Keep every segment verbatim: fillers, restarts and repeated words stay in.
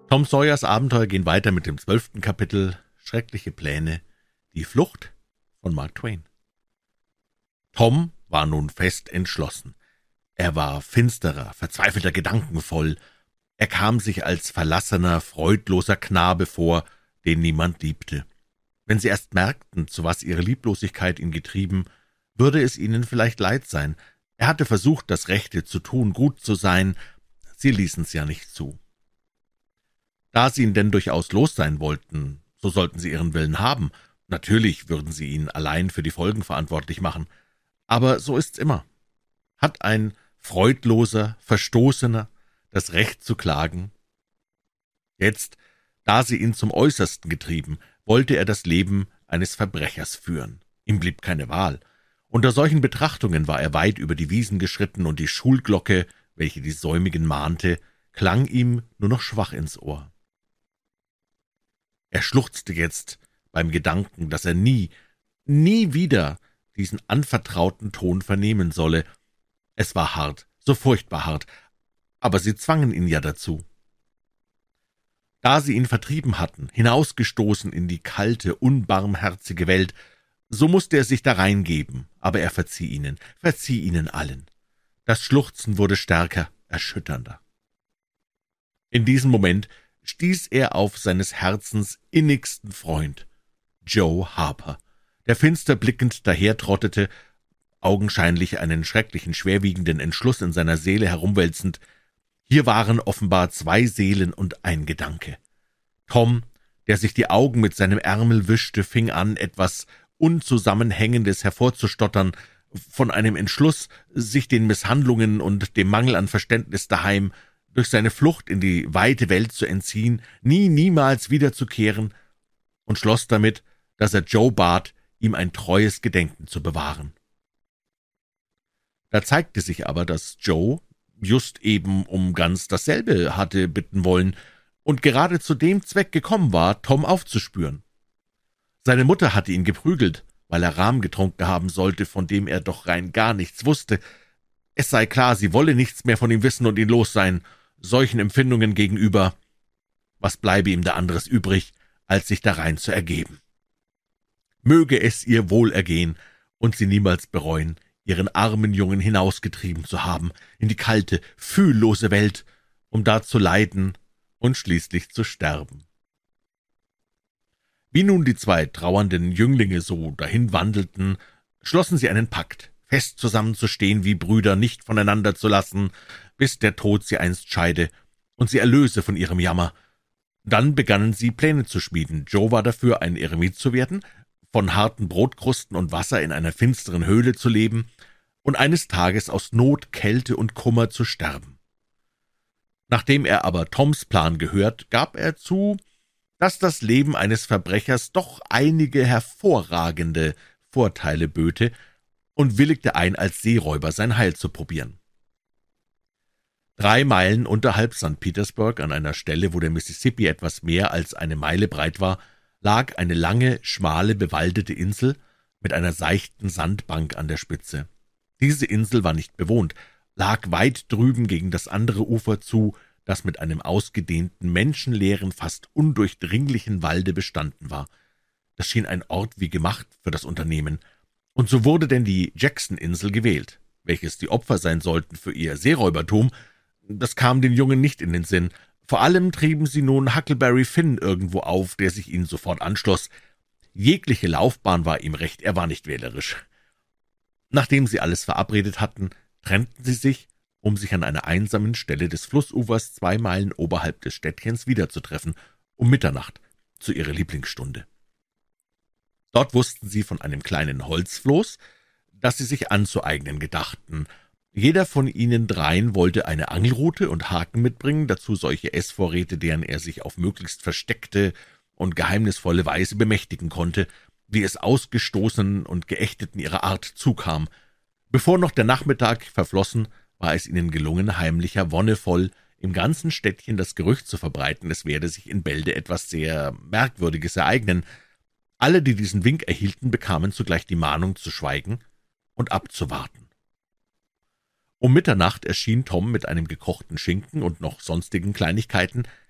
Tom Sawyers Abenteuer gehen weiter mit dem zwölften Kapitel »Schreckliche Pläne. Die Flucht« von Mark Twain. Tom war nun fest entschlossen. Er war finsterer, verzweifelter Gedanken voll. Er kam sich als verlassener, freudloser Knabe vor, den niemand liebte. Wenn sie erst merkten, zu was ihre Lieblosigkeit ihn getrieben, würde es ihnen vielleicht leid sein. Er hatte versucht, das Rechte zu tun, gut zu sein. Sie ließen's ja nicht zu. Da sie ihn denn durchaus los sein wollten, so sollten sie ihren Willen haben. Natürlich würden sie ihn allein für die Folgen verantwortlich machen. Aber so ist's immer. Hat ein freudloser, Verstoßener das Recht zu klagen? Jetzt, da sie ihn zum Äußersten getrieben, wollte er das Leben eines Verbrechers führen. Ihm blieb keine Wahl. Unter solchen Betrachtungen war er weit über die Wiesen geschritten, und die Schulglocke, welche die Säumigen mahnte, klang ihm nur noch schwach ins Ohr. Er schluchzte jetzt beim Gedanken, dass er nie, nie wieder diesen anvertrauten Ton vernehmen solle. Es war hart, so furchtbar hart, aber sie zwangen ihn ja dazu. Da sie ihn vertrieben hatten, hinausgestoßen in die kalte, unbarmherzige Welt, so musste er sich da reingeben, aber er verzieh ihnen, verzieh ihnen allen. Das Schluchzen wurde stärker, erschütternder. In diesem Moment stieß er auf seines Herzens innigsten Freund, Joe Harper, der finster blickend dahertrottete, augenscheinlich einen schrecklichen, schwerwiegenden Entschluss in seiner Seele herumwälzend. Hier waren offenbar zwei Seelen und ein Gedanke. Tom, der sich die Augen mit seinem Ärmel wischte, fing an, etwas Unzusammenhängendes hervorzustottern, von einem Entschluss, sich den Misshandlungen und dem Mangel an Verständnis daheim durch seine Flucht in die weite Welt zu entziehen, nie, niemals wiederzukehren, und schloss damit, dass er Joe bat, ihm ein treues Gedenken zu bewahren. Da zeigte sich aber, dass Joe just eben um ganz dasselbe hatte bitten wollen und gerade zu dem Zweck gekommen war, Tom aufzuspüren. Seine Mutter hatte ihn geprügelt, weil er Rahm getrunken haben sollte, von dem er doch rein gar nichts wusste. Es sei klar, sie wolle nichts mehr von ihm wissen und ihn los sein. Solchen Empfindungen gegenüber, was bleibe ihm da anderes übrig, als sich darein zu ergeben? Möge es ihr wohl ergehen und sie niemals bereuen, ihren armen Jungen hinausgetrieben zu haben in die kalte, fühllose Welt, um da zu leiden und schließlich zu sterben. Wie nun die zwei trauernden Jünglinge so dahin wandelten, schlossen sie einen Pakt, fest zusammenzustehen wie Brüder, nicht voneinander zu lassen, bis der Tod sie einst scheide und sie erlöse von ihrem Jammer. Dann begannen sie, Pläne zu schmieden. Joe war dafür, ein Eremit zu werden, von harten Brotkrusten und Wasser in einer finsteren Höhle zu leben und eines Tages aus Not, Kälte und Kummer zu sterben. Nachdem er aber Toms Plan gehört, gab er zu, dass das Leben eines Verbrechers doch einige hervorragende Vorteile böte, und willigte ein, als Seeräuber sein Heil zu probieren. Drei Meilen unterhalb Sankt Petersburg, an einer Stelle, wo der Mississippi etwas mehr als eine Meile breit war, lag eine lange, schmale, bewaldete Insel mit einer seichten Sandbank an der Spitze. Diese Insel war nicht bewohnt, lag weit drüben gegen das andere Ufer zu, das mit einem ausgedehnten, menschenleeren, fast undurchdringlichen Walde bestanden war. Das schien ein Ort wie gemacht für das Unternehmen, und so wurde denn die Jackson-Insel gewählt, welches die Opfer sein sollten für ihr Seeräubertum. Das kam den Jungen nicht in den Sinn. Vor allem trieben sie nun Huckleberry Finn irgendwo auf, der sich ihnen sofort anschloss. Jegliche Laufbahn war ihm recht, er war nicht wählerisch. Nachdem sie alles verabredet hatten, trennten sie sich, um sich an einer einsamen Stelle des Flussufers zwei Meilen oberhalb des Städtchens wiederzutreffen, um Mitternacht, zu ihrer Lieblingsstunde. Dort wussten sie von einem kleinen Holzfloß, das sie sich anzueignen gedachten. Jeder von ihnen dreien wollte eine Angelrute und Haken mitbringen, dazu solche Essvorräte, deren er sich auf möglichst versteckte und geheimnisvolle Weise bemächtigen konnte, wie es Ausgestoßenen und Geächteten ihrer Art zukam. Bevor noch der Nachmittag verflossen, war es ihnen gelungen, heimlicher, wonnevoll im ganzen Städtchen das Gerücht zu verbreiten, es werde sich in Bälde etwas sehr Merkwürdiges ereignen. Alle, die diesen Wink erhielten, bekamen zugleich die Mahnung zu schweigen und abzuwarten. Um Mitternacht erschien Tom mit einem gekochten Schinken und noch sonstigen Kleinigkeiten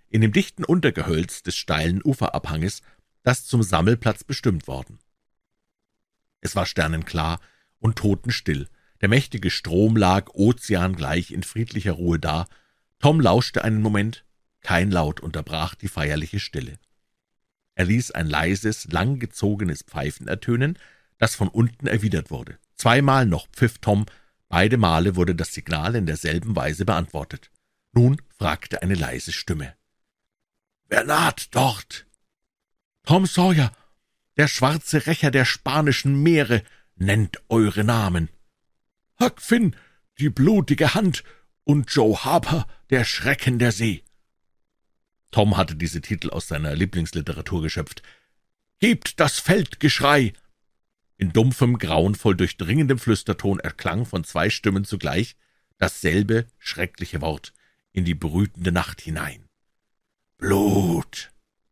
in dem dichten Untergehölz des steilen Uferabhanges, das zum Sammelplatz bestimmt worden. Es war sternenklar und totenstill. Der mächtige Strom lag ozeangleich in friedlicher Ruhe da. Tom lauschte einen Moment. Kein Laut unterbrach die feierliche Stille. Er ließ ein leises, langgezogenes Pfeifen ertönen, das von unten erwidert wurde. Zweimal noch pfiff Tom, beide Male wurde das Signal in derselben Weise beantwortet. Nun fragte eine leise Stimme: »Wer naht dort?« »Tom Sawyer, der schwarze Rächer der spanischen Meere, nennt eure Namen.« »Huck Finn, die blutige Hand, und Joe Harper, der Schrecken der See.« Tom hatte diese Titel aus seiner Lieblingsliteratur geschöpft. »Gebt das Feldgeschrei!« In dumpfem, grauenvoll durchdringendem Flüsterton erklang von zwei Stimmen zugleich dasselbe schreckliche Wort in die brütende Nacht hinein: »Blut!«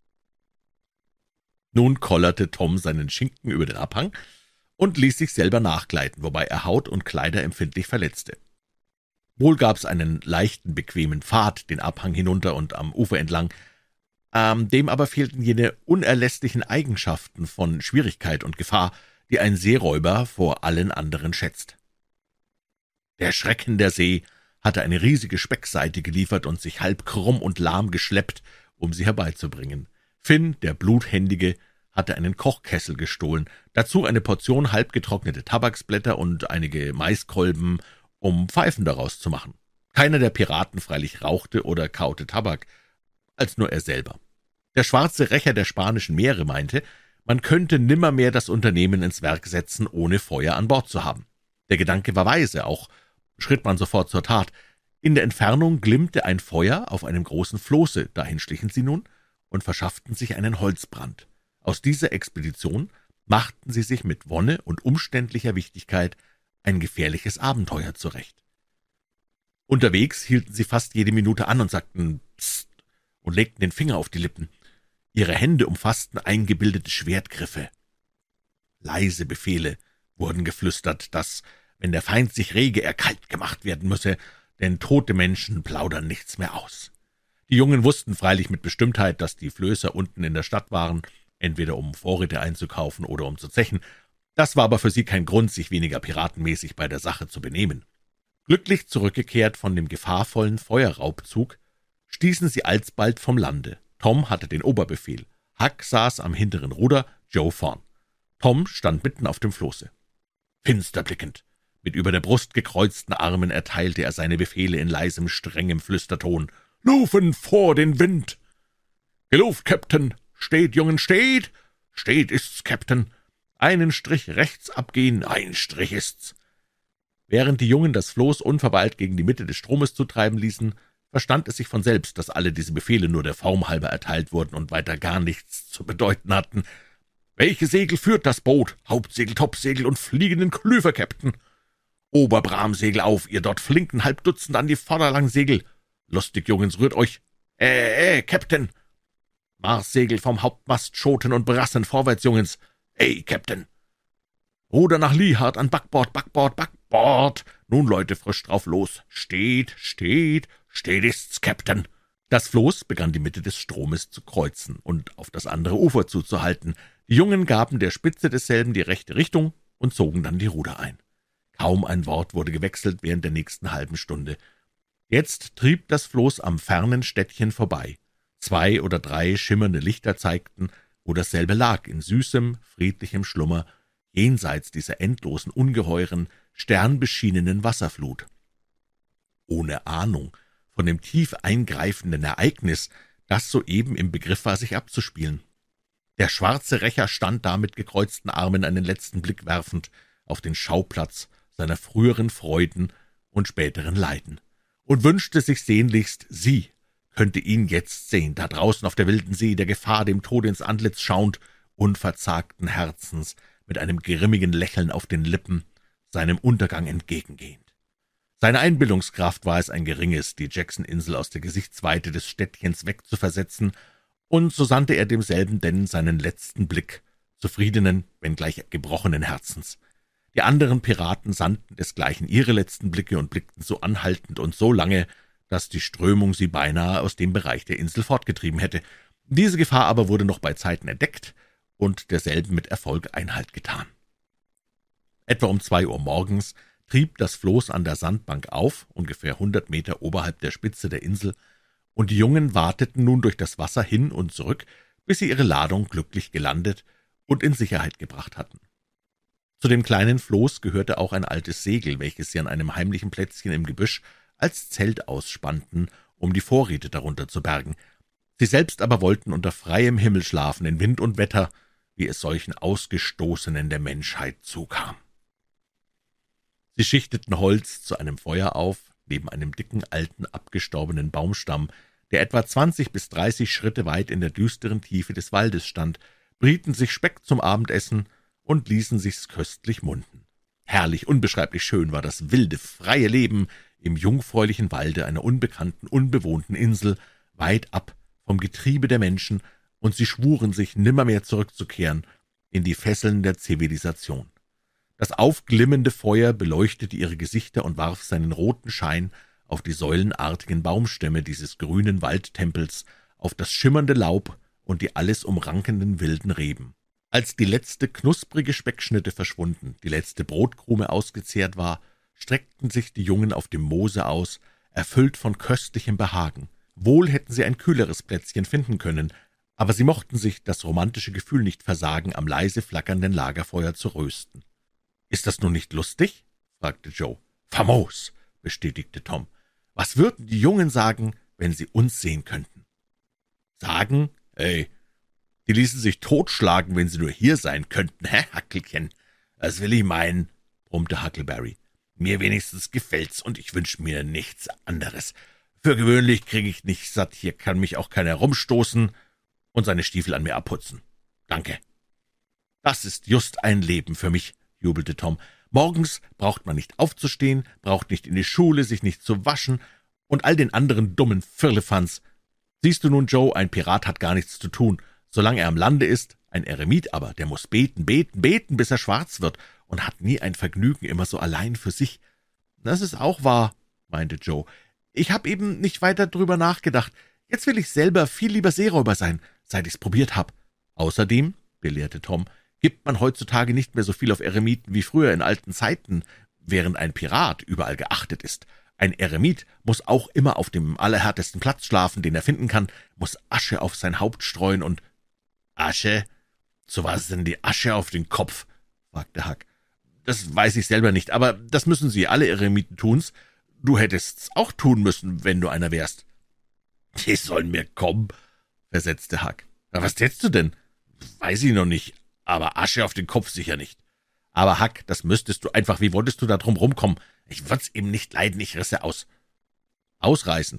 Nun kollerte Tom seinen Schinken über den Abhang und ließ sich selber nachgleiten, wobei er Haut und Kleider empfindlich verletzte. Wohl gab's einen leichten, bequemen Pfad den Abhang hinunter und am Ufer entlang, ähm, dem aber fehlten jene unerlässlichen Eigenschaften von Schwierigkeit und Gefahr, die ein Seeräuber vor allen anderen schätzt. Der Schrecken der See hatte eine riesige Speckseite geliefert und sich halb krumm und lahm geschleppt, um sie herbeizubringen. Finn, der Bluthändige, hatte einen Kochkessel gestohlen, dazu eine Portion halbgetrocknete Tabaksblätter und einige Maiskolben, um Pfeifen daraus zu machen. Keiner der Piraten freilich rauchte oder kaute Tabak, als nur er selber. Der schwarze Rächer der spanischen Meere meinte, man könnte nimmermehr das Unternehmen ins Werk setzen, ohne Feuer an Bord zu haben. Der Gedanke war weise, auch schritt man sofort zur Tat. In der Entfernung glimmte ein Feuer auf einem großen Floße, dahin schlichen sie nun und verschafften sich einen Holzbrand. Aus dieser Expedition machten sie sich mit Wonne und umständlicher Wichtigkeit ein gefährliches Abenteuer zurecht. Unterwegs hielten sie fast jede Minute an und sagten »Psst« und legten den Finger auf die Lippen. Ihre Hände umfassten eingebildete Schwertgriffe. Leise Befehle wurden geflüstert, dass, wenn der Feind sich rege, er kalt gemacht werden müsse, denn tote Menschen plaudern nichts mehr aus. Die Jungen wussten freilich mit Bestimmtheit, dass die Flößer unten in der Stadt waren, entweder um Vorräte einzukaufen oder um zu zechen. Das war aber für sie kein Grund, sich weniger piratenmäßig bei der Sache zu benehmen. Glücklich zurückgekehrt von dem gefahrvollen Feuerraubzug, stießen sie alsbald vom Lande. Tom hatte den Oberbefehl. Huck saß am hinteren Ruder, Joe vorn. Tom stand mitten auf dem Floße. Finster blickend, mit über der Brust gekreuzten Armen erteilte er seine Befehle in leisem, strengem Flüsterton. »Lufen vor den Wind!« »Geluft, Käpt'n! Steht, Jungen, steht! Steht ist's, Käpt'n! Einen Strich rechts abgehen, ein Strich ist's!« Während die Jungen das Floß unverweilt gegen die Mitte des Stromes zutreiben ließen, verstand es sich von selbst, dass alle diese Befehle nur der Form halber erteilt wurden und weiter gar nichts zu bedeuten hatten. »Welche Segel führt das Boot? Hauptsegel, Topsegel und fliegenden Klüfer, Käpt'n!« »Oberbramsegel auf, ihr dort flinken Halbdutzend an die Vorderlangsegel! Lustig, Jungens, rührt euch! Äh, äh, Käpt'n! Marssegel vom Hauptmast, Schoten und Brassen vorwärts, Jungens! Ey, Käpt'n! Ruder nach Liehard an Backbord, Backbord, Backbord! Nun, Leute, frisch drauf los! Steht, steht, steht ist's, Käpt'n!« Das Floß begann die Mitte des Stromes zu kreuzen und auf das andere Ufer zuzuhalten. Die Jungen gaben der Spitze desselben die rechte Richtung und zogen dann die Ruder ein. Kaum ein Wort wurde gewechselt während der nächsten halben Stunde. Jetzt trieb das Floß am fernen Städtchen vorbei. Zwei oder drei schimmernde Lichter zeigten, wo dasselbe lag, in süßem, friedlichem Schlummer, jenseits dieser endlosen, ungeheuren, sternbeschienenen Wasserflut. Ohne Ahnung von dem tief eingreifenden Ereignis, das soeben im Begriff war, sich abzuspielen. Der schwarze Rächer stand da mit gekreuzten Armen einen letzten Blick werfend auf den Schauplatz seiner früheren Freuden und späteren Leiden und wünschte sich sehnlichst, sie könnte ihn jetzt sehen, da draußen auf der wilden See, der Gefahr dem Tode ins Antlitz schauend, unverzagten Herzens, mit einem grimmigen Lächeln auf den Lippen, seinem Untergang entgegengehend. Seine Einbildungskraft war es ein geringes, die Jackson-Insel aus der Gesichtsweite des Städtchens wegzuversetzen, und so sandte er demselben denn seinen letzten Blick, zufriedenen, wenngleich gebrochenen Herzens. Die anderen Piraten sandten desgleichen ihre letzten Blicke und blickten so anhaltend und so lange, dass die Strömung sie beinahe aus dem Bereich der Insel fortgetrieben hätte. Diese Gefahr aber wurde noch bei Zeiten entdeckt und derselben mit Erfolg Einhalt getan. Etwa um zwei Uhr morgens trieb das Floß an der Sandbank auf, ungefähr hundert Meter oberhalb der Spitze der Insel, und die Jungen wateten nun durch das Wasser hin und zurück, bis sie ihre Ladung glücklich gelandet und in Sicherheit gebracht hatten. Zu dem kleinen Floß gehörte auch ein altes Segel, welches sie an einem heimlichen Plätzchen im Gebüsch als Zelt ausspannten, um die Vorräte darunter zu bergen. Sie selbst aber wollten unter freiem Himmel schlafen, in Wind und Wetter, wie es solchen Ausgestoßenen der Menschheit zukam. Sie schichteten Holz zu einem Feuer auf, neben einem dicken, alten, abgestorbenen Baumstamm, der etwa zwanzig bis dreißig Schritte weit in der düsteren Tiefe des Waldes stand, brieten sich Speck zum Abendessen und ließen sich's köstlich munden. Herrlich, unbeschreiblich schön war das wilde, freie Leben im jungfräulichen Walde einer unbekannten, unbewohnten Insel, weit ab vom Getriebe der Menschen, und sie schwuren sich, nimmermehr zurückzukehren in die Fesseln der Zivilisation. Das aufglimmende Feuer beleuchtete ihre Gesichter und warf seinen roten Schein auf die säulenartigen Baumstämme dieses grünen Waldtempels, auf das schimmernde Laub und die alles umrankenden wilden Reben. Als die letzte knusprige Speckschnitte verschwunden, die letzte Brotkrume ausgezehrt war, streckten sich die Jungen auf dem Moose aus, erfüllt von köstlichem Behagen. Wohl hätten sie ein kühleres Plätzchen finden können, aber sie mochten sich das romantische Gefühl nicht versagen, am leise flackernden Lagerfeuer zu rösten. »Ist das nun nicht lustig?« fragte Joe. »Famos«, bestätigte Tom. »Was würden die Jungen sagen, wenn sie uns sehen könnten?« »Sagen? Ey, die ließen sich totschlagen, wenn sie nur hier sein könnten, hä, Hackelchen? Das will ich meinen«, brummte Huckleberry. »Mir wenigstens gefällt's, und ich wünsch mir nichts anderes. Für gewöhnlich kriege ich nicht satt, hier kann mich auch keiner rumstoßen und seine Stiefel an mir abputzen. Danke.« »Das ist just ein Leben für mich«, jubelte Tom. »Morgens braucht man nicht aufzustehen, braucht nicht in die Schule, sich nicht zu waschen und all den anderen dummen Firlefanz. Siehst du nun, Joe, ein Pirat hat gar nichts zu tun, solange er am Lande ist. Ein Eremit aber, der muss beten, beten, beten, bis er schwarz wird und hat nie ein Vergnügen, immer so allein für sich.« »Das ist auch wahr«, meinte Joe. »Ich habe eben nicht weiter drüber nachgedacht. Jetzt will ich selber viel lieber Seeräuber sein, seit ich's probiert habe. Außerdem«, belehrte Tom, »gibt man heutzutage nicht mehr so viel auf Eremiten wie früher in alten Zeiten, während ein Pirat überall geachtet ist. Ein Eremit muss auch immer auf dem allerhärtesten Platz schlafen, den er finden kann, muss Asche auf sein Haupt streuen und...« »Asche? So was denn die Asche auf den Kopf?« fragte Huck. »Das weiß ich selber nicht, aber das müssen sie alle Eremiten tun's. Du hättest's auch tun müssen, wenn du einer wärst.« »Die sollen mir kommen«, versetzte Huck. »Was tätst du denn?« »Weiß ich noch nicht, aber Asche auf den Kopf sicher nicht.« »Aber Huck, das müsstest du einfach, wie wolltest du da drum rumkommen? Ich würd's eben nicht leiden, ich risse aus.« »Ausreißen?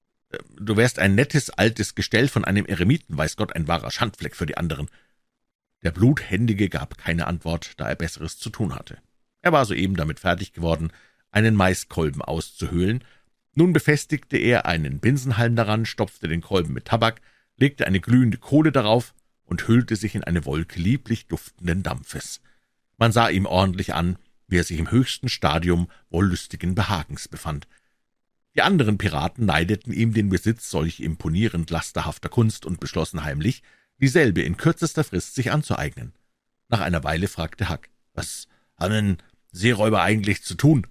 Du wärst ein nettes, altes Gestell von einem Eremiten, weiß Gott, ein wahrer Schandfleck für die anderen.« Der Bluthändige gab keine Antwort, da er Besseres zu tun hatte. Er war soeben damit fertig geworden, einen Maiskolben auszuhöhlen. Nun befestigte er einen Binsenhalm daran, stopfte den Kolben mit Tabak, legte eine glühende Kohle darauf und hüllte sich in eine Wolke lieblich duftenden Dampfes. Man sah ihm ordentlich an, wie er sich im höchsten Stadium wollüstigen Behagens befand. Die anderen Piraten neideten ihm den Besitz solch imponierend lasterhafter Kunst und beschlossen heimlich, dieselbe in kürzester Frist sich anzueignen. Nach einer Weile fragte Huck, »Was haben denn Seeräuber eigentlich zu tun?«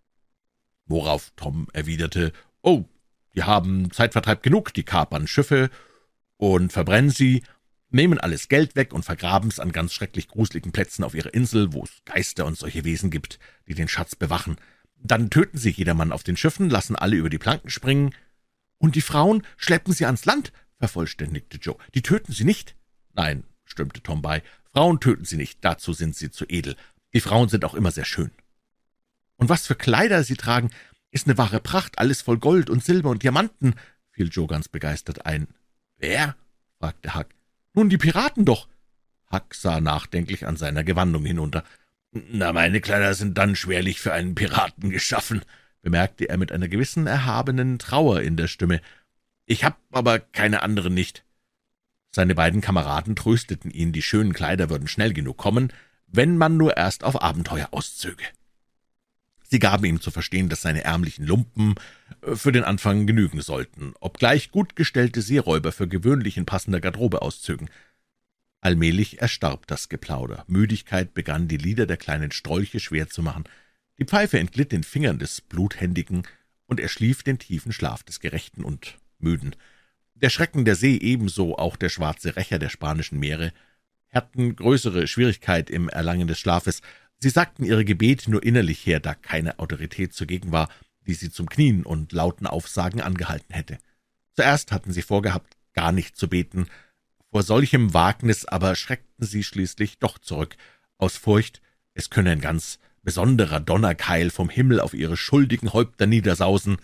Worauf Tom erwiderte, »Oh, die haben Zeitvertreib genug, die kapern Schiffe und verbrennen sie, nehmen alles Geld weg und vergraben's an ganz schrecklich gruseligen Plätzen auf ihrer Insel, wo es Geister und solche Wesen gibt, die den Schatz bewachen. Dann töten sie jedermann auf den Schiffen, lassen alle über die Planken springen. Und die Frauen schleppen sie ans Land«, vervollständigte Joe. »Die töten sie nicht?« »Nein«, stimmte Tom bei, »Frauen töten sie nicht, dazu sind sie zu edel. Die Frauen sind auch immer sehr schön.« »Und was für Kleider sie tragen, ist eine wahre Pracht, alles voll Gold und Silber und Diamanten«, fiel Joe ganz begeistert ein. »Wer?« fragte Huck. »Nun, die Piraten doch.« Huck sah nachdenklich an seiner Gewandung hinunter. »Na, meine Kleider sind dann schwerlich für einen Piraten geschaffen«, bemerkte er mit einer gewissen erhabenen Trauer in der Stimme. »Ich hab aber keine anderen nicht.« Seine beiden Kameraden trösteten ihn, die schönen Kleider würden schnell genug kommen, wenn man nur erst auf Abenteuer auszöge. Sie gaben ihm zu verstehen, dass seine ärmlichen Lumpen für den Anfang genügen sollten, obgleich gut gestellte Seeräuber für gewöhnlich in passender Garderobe auszögen. Allmählich erstarb das Geplauder. Müdigkeit begann, die Lider der kleinen Strolche schwer zu machen. Die Pfeife entglitt den Fingern des Bluthändigen, und er schlief den tiefen Schlaf des Gerechten und Müden. Der Schrecken der See, ebenso auch der schwarze Rächer der spanischen Meere, hatten größere Schwierigkeit im Erlangen des Schlafes. Sie sagten ihre Gebete nur innerlich her, da keine Autorität zugegen war, die sie zum Knien und lauten Aufsagen angehalten hätte. Zuerst hatten sie vorgehabt, gar nicht zu beten. Vor solchem Wagnis aber schreckten sie schließlich doch zurück, aus Furcht, es könne ein ganz besonderer Donnerkeil vom Himmel auf ihre schuldigen Häupter niedersausen.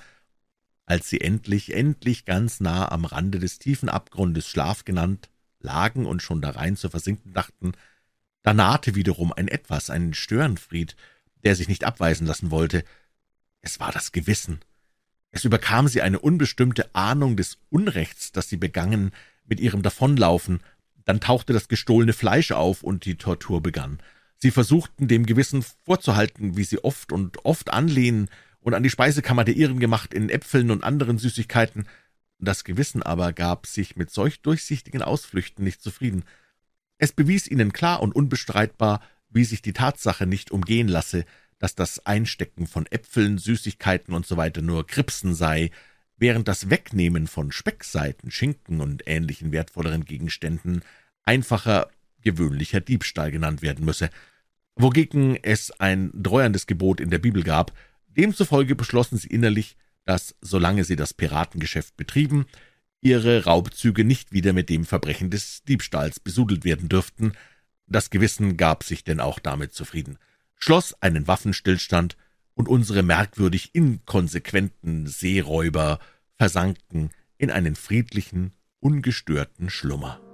Als sie endlich, endlich ganz nah am Rande des tiefen Abgrundes Schlaf genannt lagen und schon darein zu versinken dachten, da nahte wiederum ein Etwas, ein Störenfried, der sich nicht abweisen lassen wollte. Es war das Gewissen. Es überkam sie eine unbestimmte Ahnung des Unrechts, das sie begangen mit ihrem Davonlaufen. Dann tauchte das gestohlene Fleisch auf, und die Tortur begann. Sie versuchten, dem Gewissen vorzuhalten, wie sie oft und oft anlehnen und an die Speisekammer der Iren gemacht, in Äpfeln und anderen Süßigkeiten. Das Gewissen aber gab sich mit solch durchsichtigen Ausflüchten nicht zufrieden. Es bewies ihnen klar und unbestreitbar, wie sich die Tatsache nicht umgehen lasse, dass das Einstecken von Äpfeln, Süßigkeiten usw. nur Kripsen sei, während das Wegnehmen von Speckseiten, Schinken und ähnlichen wertvolleren Gegenständen einfacher, gewöhnlicher Diebstahl genannt werden müsse, wogegen es ein dreuerndes Gebot in der Bibel gab. Demzufolge beschlossen sie innerlich, dass, solange sie das Piratengeschäft betrieben, ihre Raubzüge nicht wieder mit dem Verbrechen des Diebstahls besudelt werden dürften. Das Gewissen gab sich denn auch damit zufrieden, schloss einen Waffenstillstand, und unsere merkwürdig inkonsequenten Seeräuber versanken in einen friedlichen, ungestörten Schlummer.